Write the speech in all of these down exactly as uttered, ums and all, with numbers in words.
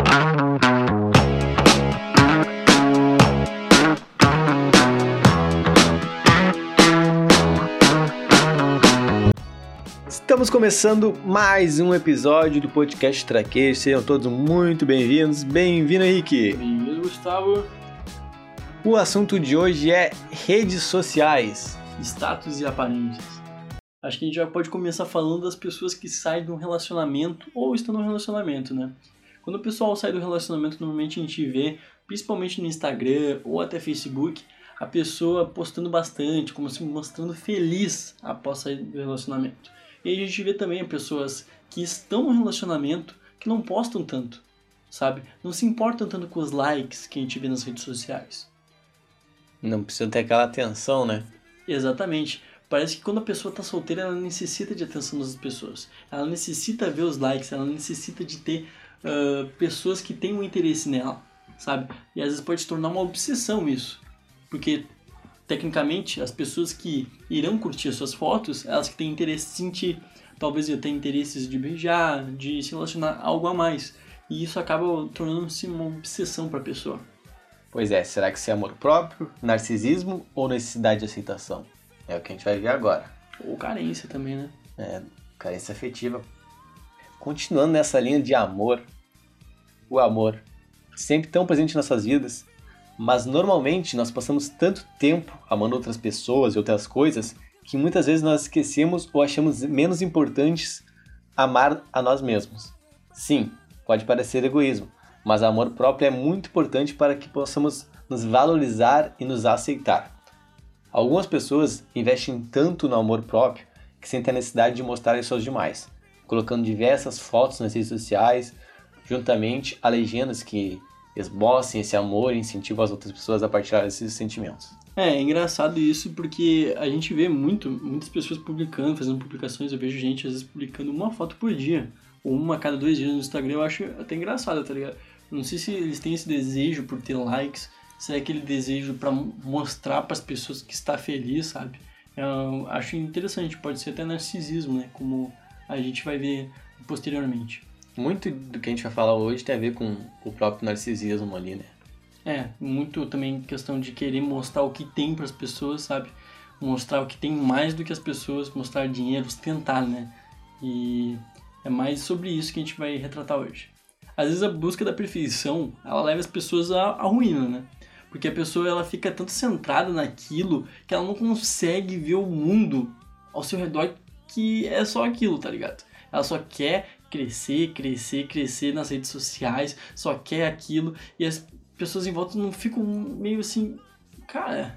Estamos começando mais um episódio do podcast Traquejo. Sejam todos muito bem-vindos. Bem-vindo, Henrique. Bem-vindo, Gustavo. O assunto de hoje é redes sociais. Status e aparências. Acho que a gente já pode começar falando das pessoas que saem de um relacionamento ou estão num relacionamento, né? Quando o pessoal sai do relacionamento, normalmente a gente vê, principalmente no Instagram ou até Facebook, a pessoa postando bastante, como se mostrando feliz após sair do relacionamento. E aí a gente vê também pessoas que estão no relacionamento que não postam tanto, sabe? Não se importam tanto com os likes que a gente vê nas redes sociais. Não precisa ter aquela atenção, né? Exatamente. Parece que quando a pessoa está solteira, ela necessita de atenção das pessoas. Ela necessita ver os likes, ela necessita de ter uh, pessoas que tenham interesse nela, sabe? E às vezes pode se tornar uma obsessão isso. Porque, tecnicamente, as pessoas que irão curtir as suas fotos, elas que têm interesse em sentir, talvez até interesses de beijar, de se relacionar algo a mais. E isso acaba tornando-se uma obsessão para a pessoa. Pois é, será que isso é amor próprio, narcisismo ou necessidade de aceitação? É o que a gente vai ver agora. Ou carência também, né? É, carência afetiva. Continuando nessa linha de amor, o amor, sempre tão presente em nossas vidas, mas normalmente nós passamos tanto tempo amando outras pessoas e outras coisas que muitas vezes nós esquecemos ou achamos menos importantes amar a nós mesmos. Sim, pode parecer egoísmo, mas amor próprio é muito importante para que possamos nos valorizar e nos aceitar. Algumas pessoas investem tanto no amor próprio que sentem a necessidade de mostrar isso aos demais, colocando diversas fotos nas redes sociais, juntamente a legendas que esbocem esse amor e incentivam as outras pessoas a partilhar esses sentimentos. É, é engraçado isso porque a gente vê muito, muitas pessoas publicando, fazendo publicações. Eu vejo gente às vezes publicando uma foto por dia, ou uma a cada dois dias no Instagram. Eu acho até engraçado, tá ligado? Não sei se eles têm esse desejo por ter likes, se é aquele desejo pra mostrar pras pessoas que está feliz, sabe? Eu acho interessante, pode ser até narcisismo, né? Como a gente vai ver posteriormente. Muito do que a gente vai falar hoje tem a ver com o próprio narcisismo ali, né? É, muito também questão de querer mostrar o que tem pras pessoas, sabe? Mostrar o que tem mais do que as pessoas, mostrar dinheiro, ostentar, né? E é mais sobre isso que a gente vai retratar hoje. Às vezes a busca da perfeição, ela leva as pessoas à, à ruína, né? Porque a pessoa ela fica tanto centrada naquilo que ela não consegue ver o mundo ao seu redor que é só aquilo, tá ligado? Ela só quer crescer, crescer, crescer nas redes sociais, só quer aquilo, e as pessoas em volta não ficam meio assim, cara,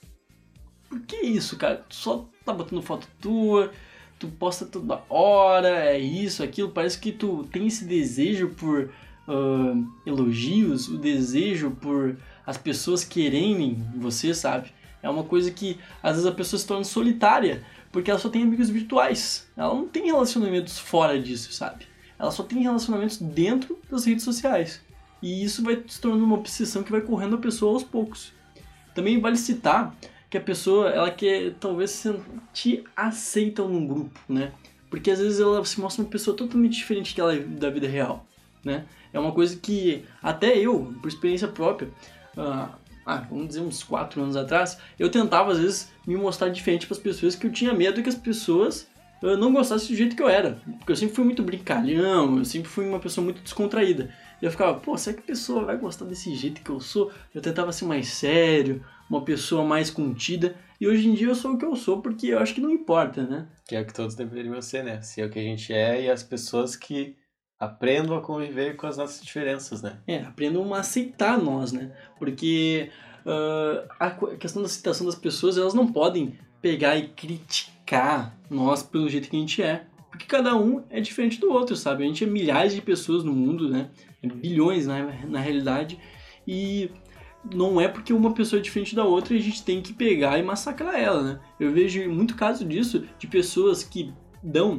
por que isso, cara? Tu só tá botando foto tua, tu posta toda hora, é isso, aquilo, parece que tu tem esse desejo por uh, elogios, o desejo por as pessoas quererem você, sabe? É uma coisa que às vezes a pessoa se torna solitária, porque ela só tem amigos virtuais. Ela não tem relacionamentos fora disso, sabe? Ela só tem relacionamentos dentro das redes sociais. E isso vai se tornando uma obsessão que vai correndo a pessoa aos poucos. Também vale citar que a pessoa, ela quer talvez se sentir aceita num grupo, né? Porque às vezes ela se mostra uma pessoa totalmente diferente que ela é da vida real, né? É uma coisa que até eu, por experiência própria, uh, ah, vamos dizer uns quatro anos atrás, eu tentava às vezes me mostrar diferente para as pessoas, que eu tinha medo que as pessoas uh, não gostassem do jeito que eu era. Porque eu sempre fui muito brincalhão, eu sempre fui uma pessoa muito descontraída. E eu ficava, pô, será que a pessoa vai gostar desse jeito que eu sou? Eu tentava ser mais sério, uma pessoa mais contida. E hoje em dia eu sou o que eu sou, porque eu acho que não importa, né? Que é o que todos deveriam ser, né? Ser o que a gente é e as pessoas que aprendam a conviver com as nossas diferenças, né? É, aprendam a aceitar nós, né? Porque uh, a questão da aceitação das pessoas, elas não podem pegar e criticar nós pelo jeito que a gente é. Porque cada um é diferente do outro, sabe? A gente é milhares de pessoas no mundo, né? Bilhões, né? Na realidade. E não é porque uma pessoa é diferente da outra e a gente tem que pegar e massacrar ela, né? Eu vejo muito caso disso, de pessoas que dão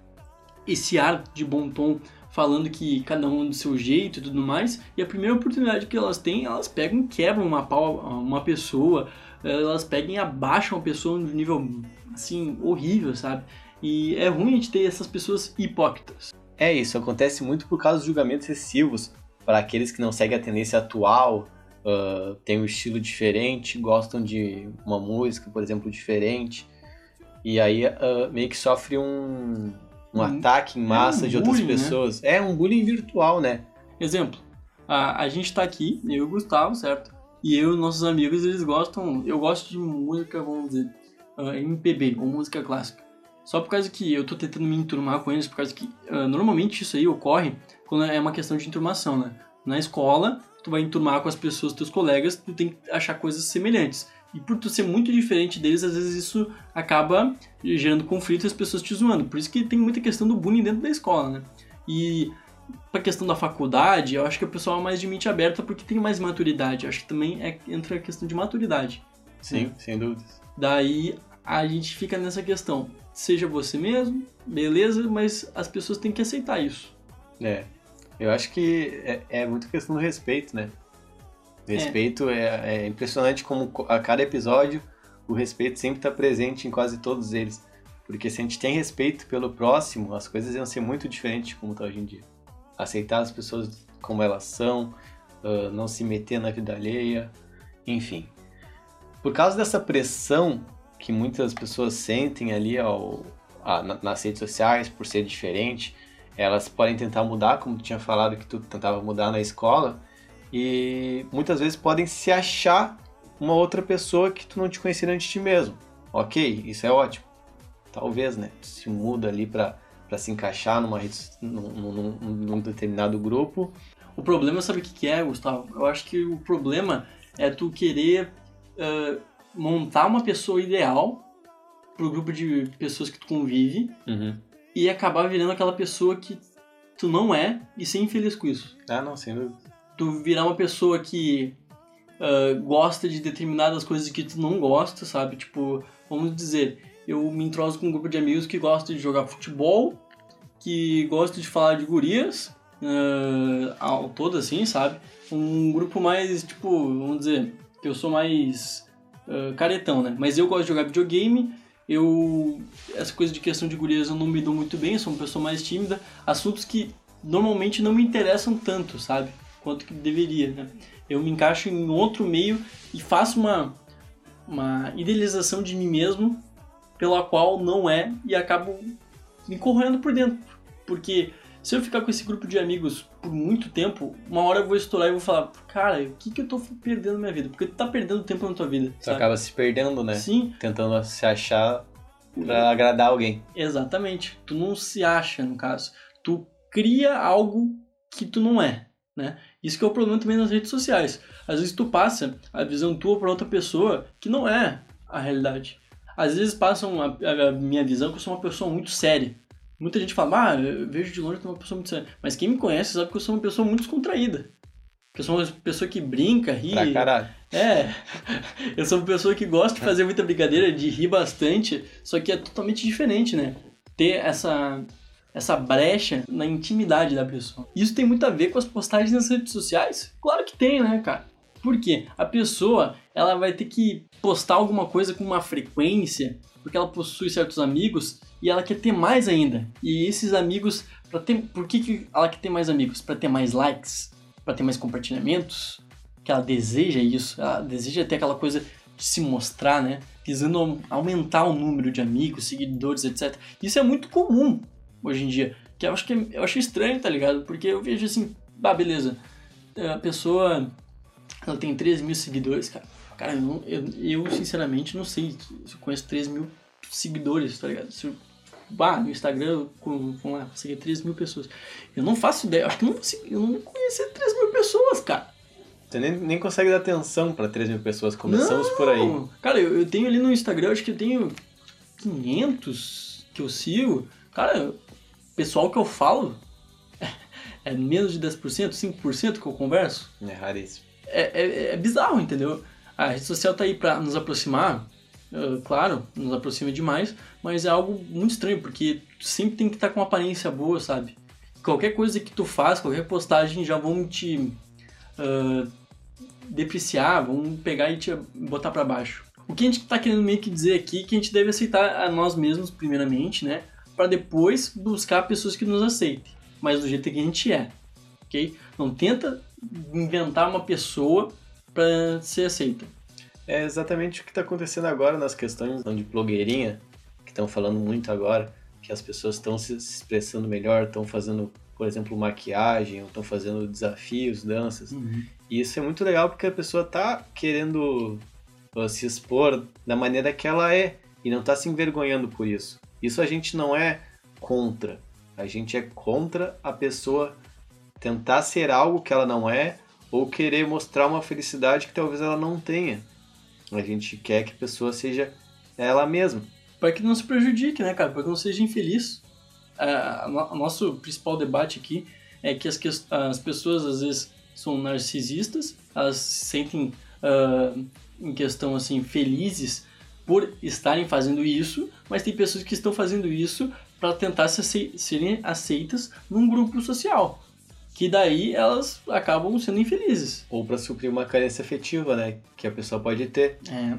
esse ar de bom tom, falando que cada um é do seu jeito e tudo mais, e a primeira oportunidade que elas têm, elas pegam e quebram uma, pau, uma pessoa, elas pegam e abaixam a pessoa de um nível, assim, horrível, sabe? E é ruim a gente ter essas pessoas hipócritas. É isso, acontece muito por causa de julgamentos excessivos para aqueles que não seguem a tendência atual, uh, têm um estilo diferente, gostam de uma música, por exemplo, diferente, e aí uh, meio que sofre um, um, um ataque em massa é um de outras bullying, pessoas. Né? É um bullying virtual, né? Exemplo, a, a gente tá aqui, eu e o Gustavo, certo? E eu e nossos amigos, eles gostam, eu gosto de música, vamos dizer, uh, M P B, ou música clássica. Só por causa que eu tô tentando me enturmar com eles, por causa que uh, normalmente isso aí ocorre quando é uma questão de enturmação, né? Na escola, tu vai enturmar com as pessoas, teus colegas, tu tem que achar coisas semelhantes. E por tu ser muito diferente deles, às vezes isso acaba gerando conflito e as pessoas te zoando. Por isso que tem muita questão do bullying dentro da escola, né? E pra questão da faculdade, eu acho que o pessoal é mais de mente aberta porque tem mais maturidade. Eu acho que também é, entra a questão de maturidade. Sim, né? Sem dúvidas. Daí a gente fica nessa questão. Seja você mesmo, beleza, mas as pessoas têm que aceitar isso. É, eu acho que é, é muito questão do respeito, né? Respeito é. é, é impressionante como a cada episódio o respeito sempre está presente em quase todos eles. Porque se a gente tem respeito pelo próximo, as coisas iam ser muito diferentes de como está hoje em dia. Aceitar as pessoas como elas são, uh, não se meter na vida alheia, enfim. Por causa dessa pressão que muitas pessoas sentem ali ao, a, nas redes sociais, por ser diferente, elas podem tentar mudar, como tu tinha falado que tu tentava mudar na escola, e muitas vezes podem se achar uma outra pessoa que tu não te conhecia antes de ti mesmo. Ok, isso é ótimo. Talvez, né? Tu se muda ali pra, pra se encaixar numa, num, num, num determinado grupo. O problema, sabe o que que é, Gustavo? Eu acho que o problema é tu querer uh, montar uma pessoa ideal pro grupo de pessoas que tu convive uhum. e acabar virando aquela pessoa que tu não é e ser infeliz com isso. Ah, não, sem dúvida. Tu virar uma pessoa que uh, gosta de determinadas coisas que tu não gosta, sabe? Tipo, vamos dizer, eu me entroso com um grupo de amigos que gosta de jogar futebol, que gosta de falar de gurias, uh, ao todo assim, sabe? Um grupo mais, tipo, vamos dizer, que eu sou mais uh, caretão, né? Mas eu gosto de jogar videogame, eu... essa coisa de questão de gurias eu não me dou muito bem, eu sou uma pessoa mais tímida, assuntos que normalmente não me interessam tanto, sabe? Quanto que deveria, né? Eu me encaixo em outro meio e faço uma, uma idealização de mim mesmo pela qual não é e acabo me corroendo por dentro. Porque se eu ficar com esse grupo de amigos por muito tempo, uma hora eu vou estourar e vou falar, cara, o que que eu tô perdendo na minha vida? Porque tu tá perdendo tempo na tua vida, Tu sabe? acaba se perdendo, né? Sim. Tentando se achar pra agradar alguém. Exatamente. Tu não se acha, no caso. Tu cria algo que tu não é, né? Isso que é o problema também nas redes sociais. Às vezes tu passa a visão tua pra outra pessoa que não é a realidade. Às vezes passam a, a, a minha visão que eu sou uma pessoa muito séria. Muita gente fala, ah, eu vejo de longe que eu sou uma pessoa muito séria. Mas quem me conhece sabe que eu sou uma pessoa muito descontraída. Que eu sou uma pessoa que brinca, ri. Pra caralho. É, eu sou uma pessoa que gosta de fazer muita brincadeira, de rir bastante, só que é totalmente diferente, né? Ter essa, essa brecha na intimidade da pessoa. Isso tem muito a ver com as postagens nas redes sociais? Claro que tem, né, cara? Por quê? A pessoa, ela vai ter que postar alguma coisa com uma frequência, porque ela possui certos amigos e ela quer ter mais ainda. E esses amigos, pra ter, por que, que ela quer ter mais amigos? Para ter mais likes? Para ter mais compartilhamentos? Que ela deseja isso, ela deseja ter aquela coisa de se mostrar, né? Visando aumentar o número de amigos, seguidores, etcétera. Isso é muito comum hoje em dia, que eu acho que é, eu acho estranho, tá ligado? Porque eu vejo assim, ah, beleza, a pessoa, ela tem três mil seguidores, cara. Cara, eu, não, eu, eu sinceramente não sei se eu conheço três mil seguidores, tá ligado? Se eu, bah, no Instagram, vamos lá, seguir três mil pessoas. Eu não faço ideia, eu acho que eu não, eu não conheci três mil pessoas, cara. Você nem, nem consegue dar atenção pra três mil pessoas, começamos não, por aí. Cara, eu, eu tenho ali no Instagram, acho que eu tenho quinhentos que eu sigo. Cara, o pessoal que eu falo é menos de dez por cento, cinco por cento que eu converso. É raríssimo. É, é, é bizarro, entendeu? A rede social tá aí pra nos aproximar, uh, claro, nos aproxima demais, mas é algo muito estranho, porque tu sempre tem que estar com uma aparência boa, sabe? Qualquer coisa que tu faz, qualquer postagem já vão te uh, depreciar, vão pegar e te botar pra baixo. O que a gente tá querendo meio que dizer aqui é que a gente deve aceitar a nós mesmos primeiramente, né? Pra depois buscar pessoas que nos aceitem, mas do jeito que a gente é. Que ok? Não tenta inventar uma pessoa para ser aceita. É exatamente o que está acontecendo agora nas questões de blogueirinha, que estão falando muito agora, que as pessoas estão se expressando melhor, estão fazendo, por exemplo, maquiagem, ou estão fazendo desafios, danças. Uhum. E isso é muito legal porque a pessoa está querendo uh, se expor da maneira que ela é e não está se envergonhando por isso. Isso a gente não é contra. A gente é contra a pessoa tentar ser algo que ela não é ou querer mostrar uma felicidade que talvez ela não tenha. A gente quer que a pessoa seja ela mesma. Para que não se prejudique, né, cara? Para que não seja infeliz. Uh, o nosso principal debate aqui é que as, que as pessoas às vezes são narcisistas, elas se sentem uh, em questão assim felizes por estarem fazendo isso, mas tem pessoas que estão fazendo isso para tentar se ace- serem aceitas num grupo social, que daí elas acabam sendo infelizes. Ou para suprir uma carência afetiva, né, que a pessoa pode ter. É.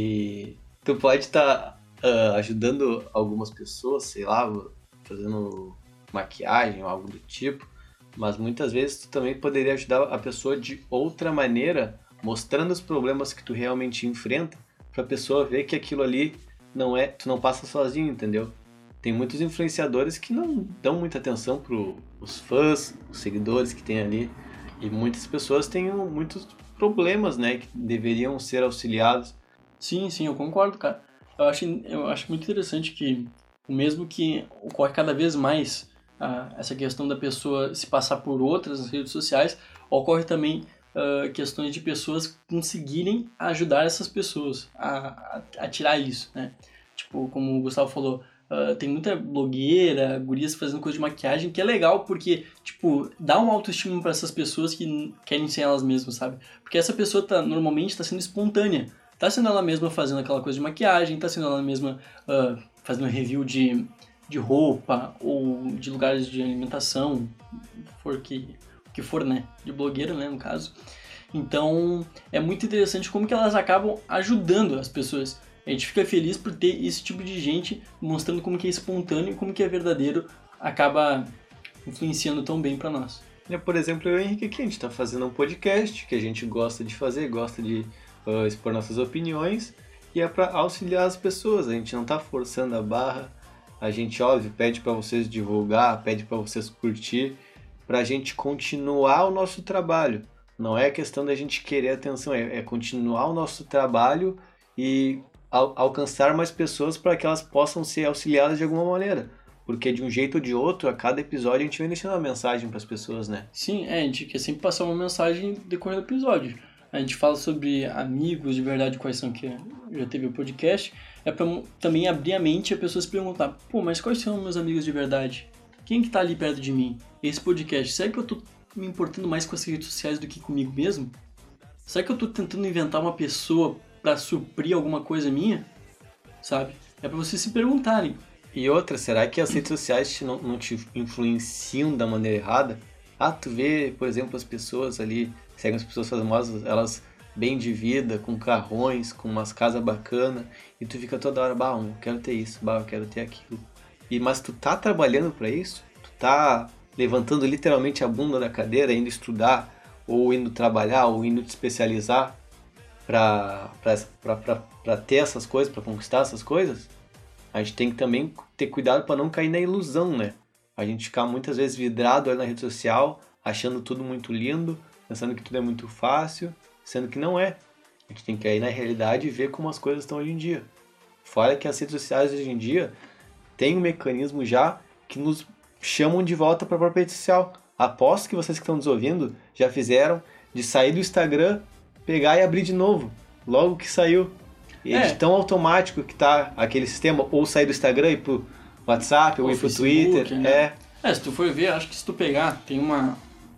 E tu pode estar tá, uh, ajudando algumas pessoas, sei lá, fazendo maquiagem ou algo do tipo, mas muitas vezes tu também poderia ajudar a pessoa de outra maneira, mostrando os problemas que tu realmente enfrenta, para a pessoa ver que aquilo ali não é, tu não passa sozinho, entendeu? Tem muitos influenciadores que não dão muita atenção para os fãs, os seguidores que tem ali, e muitas pessoas têm muitos problemas, né, que deveriam ser auxiliados. Sim, sim, eu concordo, cara. Eu acho, eu acho muito interessante que, mesmo que ocorre cada vez mais ah, essa questão da pessoa se passar por outras nas redes sociais, ocorre também ah, questões de pessoas conseguirem ajudar essas pessoas a, a, a tirar isso, né? Tipo, como o Gustavo falou, Uh, tem muita blogueira, gurias fazendo coisa de maquiagem, que é legal porque, tipo, dá um autoestima para essas pessoas que querem ser elas mesmas, sabe? Porque essa pessoa tá, normalmente tá sendo espontânea. Tá sendo ela mesma fazendo aquela coisa de maquiagem, tá sendo ela mesma uh, fazendo review de, de roupa ou de lugares de alimentação, for que, que for, né? De blogueira, né, no caso. Então, é muito interessante como que elas acabam ajudando as pessoas. A gente fica feliz por ter esse tipo de gente mostrando como que é espontâneo e como que é verdadeiro, acaba influenciando tão bem para nós. É, por exemplo, eu e o Henrique aqui, a gente está fazendo um podcast que a gente gosta de fazer, gosta de uh, expor nossas opiniões, e é para auxiliar as pessoas, a gente não está forçando a barra, a gente, óbvio, pede para vocês divulgar, pede para vocês curtir, para a gente continuar o nosso trabalho. Não é questão da gente querer atenção, é, é continuar o nosso trabalho e al- alcançar mais pessoas para que elas possam ser auxiliadas de alguma maneira. Porque de um jeito ou de outro, a cada episódio a gente vem deixando uma mensagem para as pessoas, né? Sim, é, a gente quer sempre passar uma mensagem decorrer do episódio. A gente fala sobre amigos de verdade, quais são que já teve o podcast. É pra também abrir a mente e a pessoa se perguntar, pô, mas quais são meus amigos de verdade? Quem que tá ali perto de mim? Esse podcast, será que eu tô me importando mais com as redes sociais do que comigo mesmo? Será que eu tô tentando inventar uma pessoa pra suprir alguma coisa minha? Sabe? É pra vocês se perguntarem. E outra, será que as redes sociais te não, não te influenciam da maneira errada? Ah, tu vê, por exemplo, as pessoas ali, seguem as pessoas famosas, elas bem de vida, com carrões, com umas casas bacanas, e tu fica toda hora, bah, eu quero ter isso, bah, eu quero ter aquilo. E, mas tu tá trabalhando pra isso? Tu tá levantando literalmente a bunda da cadeira, indo estudar, ou indo trabalhar, ou indo te especializar pra, pra, pra, pra, pra ter essas coisas, pra conquistar essas coisas? A gente tem que também ter cuidado para não cair na ilusão, né? A gente ficar muitas vezes vidrado ali na rede social, achando tudo muito lindo, pensando que tudo é muito fácil, sendo que não é. A gente tem que ir na realidade e ver como as coisas estão hoje em dia. Fora que as redes sociais hoje em dia têm um mecanismo já que nos chamam de volta para a própria rede social. Aposto que vocês que estão nos ouvindo já fizeram de sair do Instagram, pegar e abrir de novo, logo que saiu. E é de tão automático que tá aquele sistema, ou sair do Instagram e ir pro WhatsApp, ou, ou ir pro Facebook, Twitter. Né? É. é, se tu for ver, acho que se tu pegar, tem uma,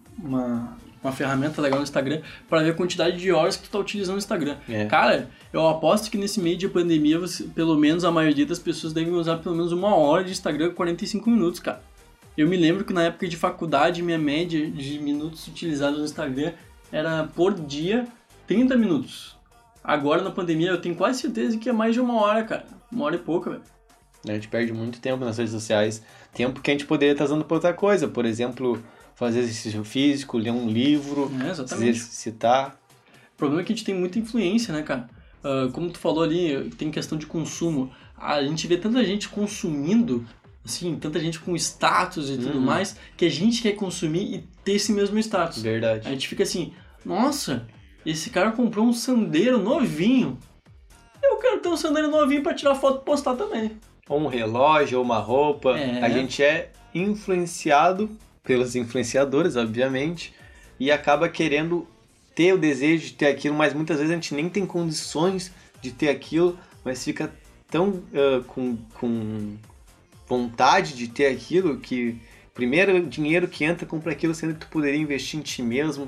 uma, uma ferramenta legal no Instagram para ver a quantidade de horas que tu tá utilizando o Instagram. É. Cara, eu aposto que nesse meio de pandemia, você, pelo menos a maioria das pessoas devem usar pelo menos uma hora de Instagram com quarenta e cinco minutos, cara. Eu me lembro que na época de faculdade, minha média de minutos utilizados no Instagram era por dia trinta minutos. Agora, na pandemia, eu tenho quase certeza que é mais de uma hora, cara. Uma hora e pouca, velho. A gente perde muito tempo nas redes sociais. Tempo que a gente poderia estar usando pra outra coisa. Por exemplo, fazer exercício físico, ler um livro, É, se exatamente. exercitar. O problema é que a gente tem muita influência, né, cara? Uh, como tu falou ali, tem questão de consumo. A gente vê tanta gente consumindo, assim, tanta gente com status e tudo Uhum. mais, que a gente quer consumir e ter esse mesmo status. Verdade. A gente fica assim, nossa, esse cara comprou um Sandero novinho. Eu quero ter um Sandero novinho pra tirar foto e postar também. Ou um relógio, ou uma roupa. É. A gente é influenciado pelos influenciadores, obviamente, e acaba querendo ter o desejo de ter aquilo, mas muitas vezes a gente nem tem condições de ter aquilo, mas fica tão uh, com, com vontade de ter aquilo que primeiro o dinheiro que entra compra aquilo, sendo que tu poderia investir em ti mesmo,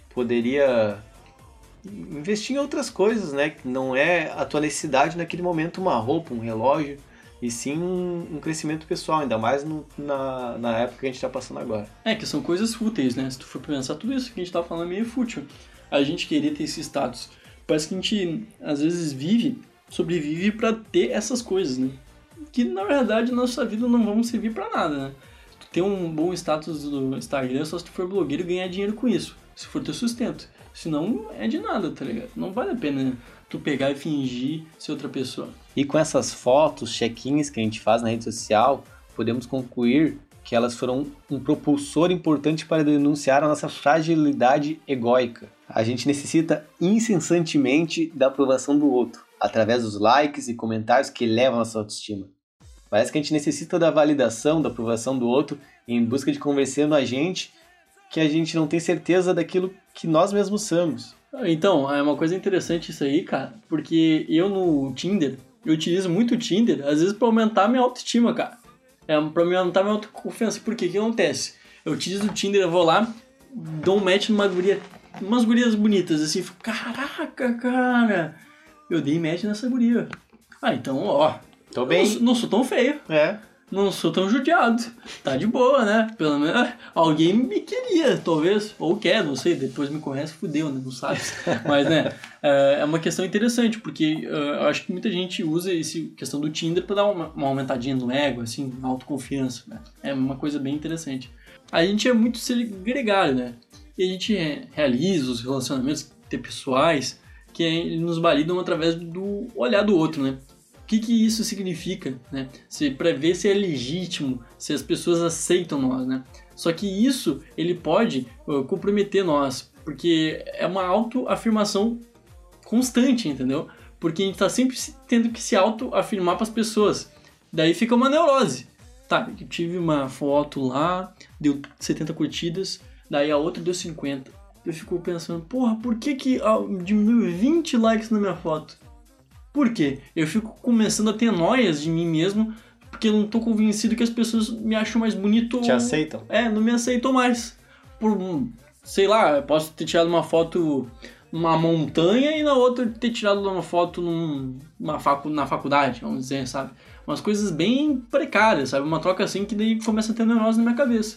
poderia investir em outras coisas, né? Que não é a tua necessidade naquele momento uma roupa, um relógio, e sim um, um crescimento pessoal, ainda mais no, na, na época que a gente está passando agora. É, que são coisas fúteis, né? Se tu for pensar, tudo isso que a gente tá falando é meio fútil. A gente querer ter esse status. Parece que a gente, às vezes, vive, sobrevive pra ter essas coisas, né? Que, na verdade, na nossa vida não vão servir pra nada, né? Tu ter um bom status no Instagram só se tu for blogueiro e ganhar dinheiro com isso. Se for teu sustento. Senão, é de nada, tá ligado? Não vale a pena, né? Tu pegar e fingir ser outra pessoa. E com essas fotos, check-ins que a gente faz na rede social, podemos concluir que elas foram um propulsor importante para denunciar a nossa fragilidade egóica. A gente necessita incessantemente da aprovação do outro, através dos likes e comentários que elevam a nossa autoestima. Parece que a gente necessita da validação, da aprovação do outro, em busca de convencer a gente que a gente não tem certeza daquilo que nós mesmos somos. Então, é uma coisa interessante isso aí, cara, porque eu no Tinder, eu utilizo muito o Tinder, às vezes pra aumentar minha autoestima, cara. É pra aumentar minha autoconfiança. Por quê? O que acontece? Eu utilizo o Tinder, eu vou lá, dou um match numa guria, umas gurias bonitas, assim, fico, caraca, cara, eu dei match nessa guria. Ah, então, ó, Tô bem. Não, não sou tão feio. É. Não sou tão judiado. Tá de boa, né? Pelo menos alguém me queria, talvez. Ou quer, não sei. Depois me conhece, fudeu, né? Não sabe. Mas, né? É uma questão interessante, porque eu acho que muita gente usa essa questão do Tinder pra dar uma, uma aumentadinha no ego, assim, na autoconfiança, né? É uma coisa bem interessante. A gente é muito ser gregário, né? E a gente realiza os relacionamentos interpessoais que nos validam através do olhar do outro, né? O que, que isso significa, né? Se, pra ver se é legítimo, se as pessoas aceitam nós, né? Só que isso, ele pode uh, comprometer nós, porque é uma autoafirmação constante, entendeu? Porque a gente tá sempre tendo que se autoafirmar pras pessoas. Daí fica uma neurose. Tá, eu tive uma foto lá, deu setenta curtidas, daí a outra deu cinquenta. Eu fico pensando, porra, por que que ah, diminuiu vinte likes na minha foto? Por quê? Eu fico começando a ter noias de mim mesmo, porque eu não tô convencido que as pessoas me acham mais bonito. Te aceitam? É, não me aceitam mais. Por, sei lá, eu posso ter tirado uma foto numa montanha e na outra ter tirado uma foto num, numa facu, na faculdade, vamos dizer, sabe? Umas coisas bem precárias, sabe? Uma troca assim que daí começa a ter neurose na minha cabeça.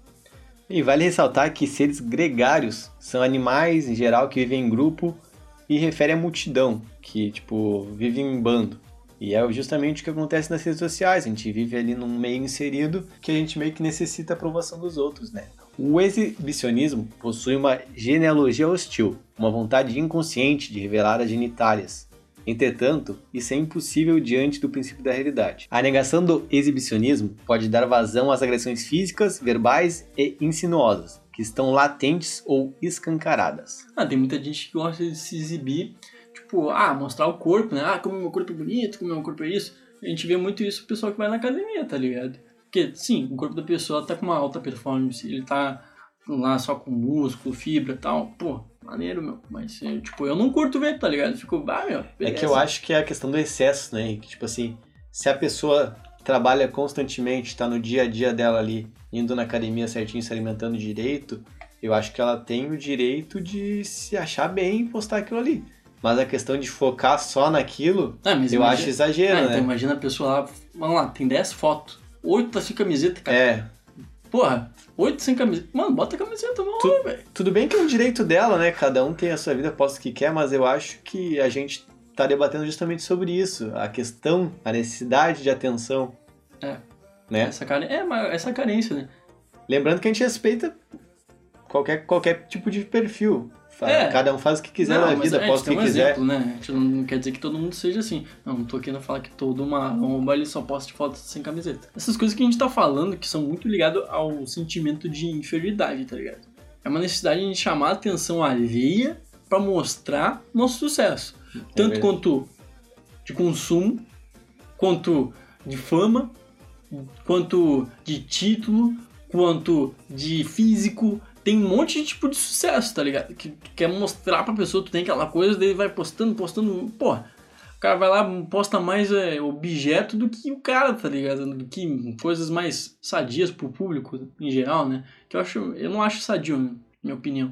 E vale ressaltar que seres gregários são animais, em geral, que vivem em grupo e refere à multidão, que, tipo, vive em bando. E é justamente o que acontece nas redes sociais, a gente vive ali num meio inserido que a gente meio que necessita a aprovação dos outros, né? O exibicionismo possui uma genealogia hostil, uma vontade inconsciente de revelar as genitálias. Entretanto, isso é impossível diante do princípio da realidade. A negação do exibicionismo pode dar vazão às agressões físicas, verbais e insinuosas, que estão latentes ou escancaradas. Ah, tem muita gente que gosta de se exibir, tipo, ah, mostrar o corpo, né? Ah, como meu corpo é bonito, como meu corpo é isso. A gente vê muito isso no pessoal que vai na academia, tá ligado? Porque, sim, o corpo da pessoa tá com uma alta performance, ele tá lá só com músculo, fibra e tal. Pô, maneiro, meu. Mas, tipo, eu não curto ver, tá ligado? Eu fico, ah, meu, beleza. É que eu acho que é a questão do excesso, né? Que, tipo assim, se a pessoa trabalha constantemente, tá no dia a dia dela ali, indo na academia certinho, se alimentando direito, eu acho que ela tem o direito de se achar bem e postar aquilo ali. Mas a questão de focar só naquilo, ah, eu imagina, acho exagero, ah, né? Então imagina a pessoa lá, vamos lá, tem dez fotos, oito tá sem camiseta, cara. É. Porra, oito sem camiseta. Mano, bota a camiseta, não, tu, velho. Tudo bem que é um direito dela, né? Cada um tem a sua vida, posta o que quer, mas eu acho que a gente tá debatendo justamente sobre isso. A questão, a necessidade de atenção. É. Né? Essa, care... é, essa carência, né? Lembrando que a gente respeita qualquer, qualquer tipo de perfil. É. Cada um faz o que quiser Não, na mas vida, é, posta o tem que um quiser. exemplo, né? A gente não quer dizer que todo mundo seja assim. Não, não tô querendo falar que todo maromba ele só posta fotos sem camiseta. Essas coisas que a gente tá falando que são muito ligadas ao sentimento de inferioridade, tá ligado? É uma necessidade de chamar a atenção alheia pra mostrar nosso sucesso. É Tanto verdade. quanto de consumo, quanto de fama, quanto de título, quanto de físico. Tem um monte de tipo de sucesso, tá ligado? Que tu quer mostrar pra pessoa, tu tem aquela coisa, daí vai postando, postando. Porra, o cara vai lá, posta mais é, objeto do que o cara, tá ligado? Do que coisas mais sadias pro público em geral, né? Que eu acho, eu não acho sadio, na minha opinião.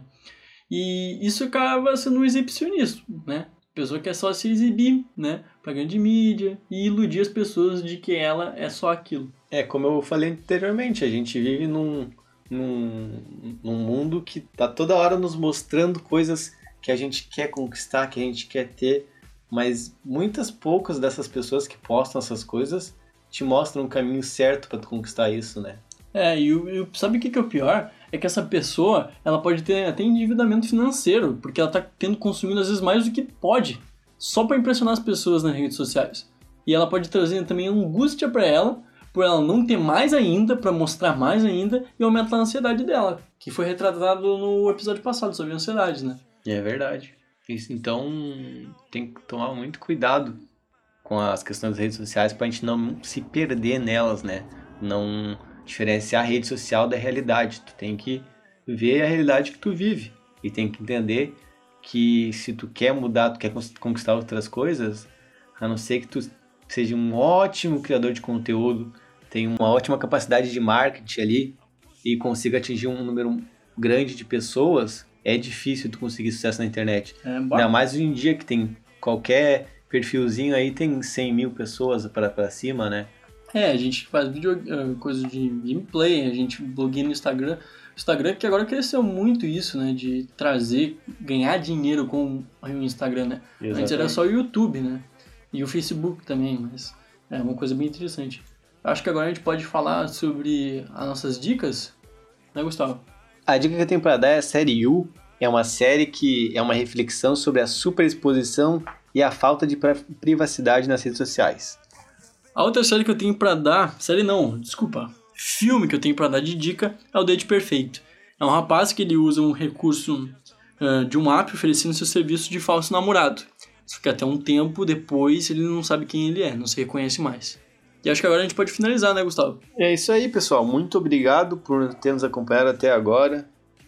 E isso acaba sendo um exibicionismo, né? A pessoa quer só se exibir, né? Pra grande mídia e iludir as pessoas de que ela é só aquilo. É, como eu falei anteriormente, a gente vive num, num, num mundo que tá toda hora nos mostrando coisas que a gente quer conquistar, que a gente quer ter, mas muitas poucas dessas pessoas que postam essas coisas te mostram um caminho certo pra tu conquistar isso, né? É, e, o- e o- sabe o que, que é o pior? É que essa pessoa, ela pode ter até endividamento financeiro, porque ela tá tendo consumido às vezes mais do que pode, só pra impressionar as pessoas nas redes sociais. E ela pode trazer também angústia pra ela, por ela não ter mais ainda, pra mostrar mais ainda, e aumentar a ansiedade dela, que foi retratado no episódio passado sobre ansiedade, né? É verdade. Isso, então, tem que tomar muito cuidado com as questões das redes sociais pra gente não se perder nelas, né? Não diferenciar a rede social da realidade. Tu tem que ver a realidade que tu vive e tem que entender que se tu quer mudar, tu quer cons- conquistar outras coisas, a não ser que tu seja um ótimo criador de conteúdo, tenha uma ótima capacidade de marketing ali e consiga atingir um número grande de pessoas, é difícil tu conseguir sucesso na internet. É, Ainda bora. mais hoje em dia que tem qualquer perfilzinho aí tem cem mil pessoas pra, pra cima, né? É, a gente faz vídeo, eh, coisa de gameplay, a gente blogueia no Instagram. O Instagram que agora cresceu muito isso, né? De trazer, ganhar dinheiro com o Instagram, né? Antes era só o YouTube, né? E o Facebook também, mas é uma coisa bem interessante. Acho que agora a gente pode falar sobre as nossas dicas, né, Gustavo? A dica que eu tenho pra dar é a série U. É uma série que é uma reflexão sobre a superexposição e a falta de pra- privacidade nas redes sociais. A outra série que eu tenho pra dar, série não, desculpa, filme que eu tenho pra dar de dica é o Date Perfeito. É um rapaz que ele usa um recurso ah, de um app oferecendo seu serviço de falso namorado. Só que até um tempo depois ele não sabe quem ele é, não se reconhece mais. E acho que agora a gente pode finalizar, né, Gustavo? É isso aí, pessoal. Muito obrigado por ter nos acompanhado até agora.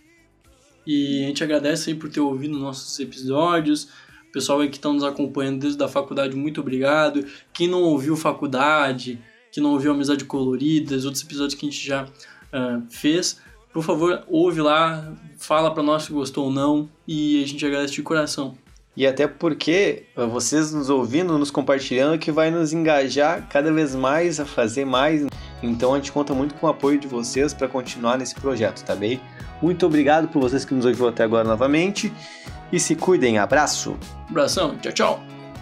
E a gente agradece aí por ter ouvido nossos episódios. O pessoal aí que está nos acompanhando desde a faculdade, muito obrigado. Quem não ouviu faculdade, que não ouviu Amizade Colorida, os outros episódios que a gente já ah, fez, por favor, ouve lá, fala para nós se gostou ou não, e a gente agradece de coração. E até porque vocês nos ouvindo, nos compartilhando, que vai nos engajar cada vez mais a fazer mais. Então a gente conta muito com o apoio de vocês para continuar nesse projeto, tá bem? Muito obrigado por vocês que nos ouviram até agora novamente. E se cuidem. Abraço! Abração, tchau, tchau!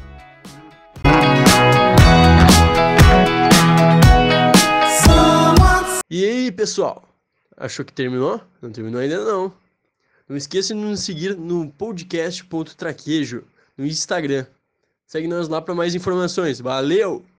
E aí, pessoal? Achou que terminou? Não terminou ainda não. Não esqueça de nos seguir no podcast ponto traquejo no Instagram. Segue nós lá para mais informações. Valeu!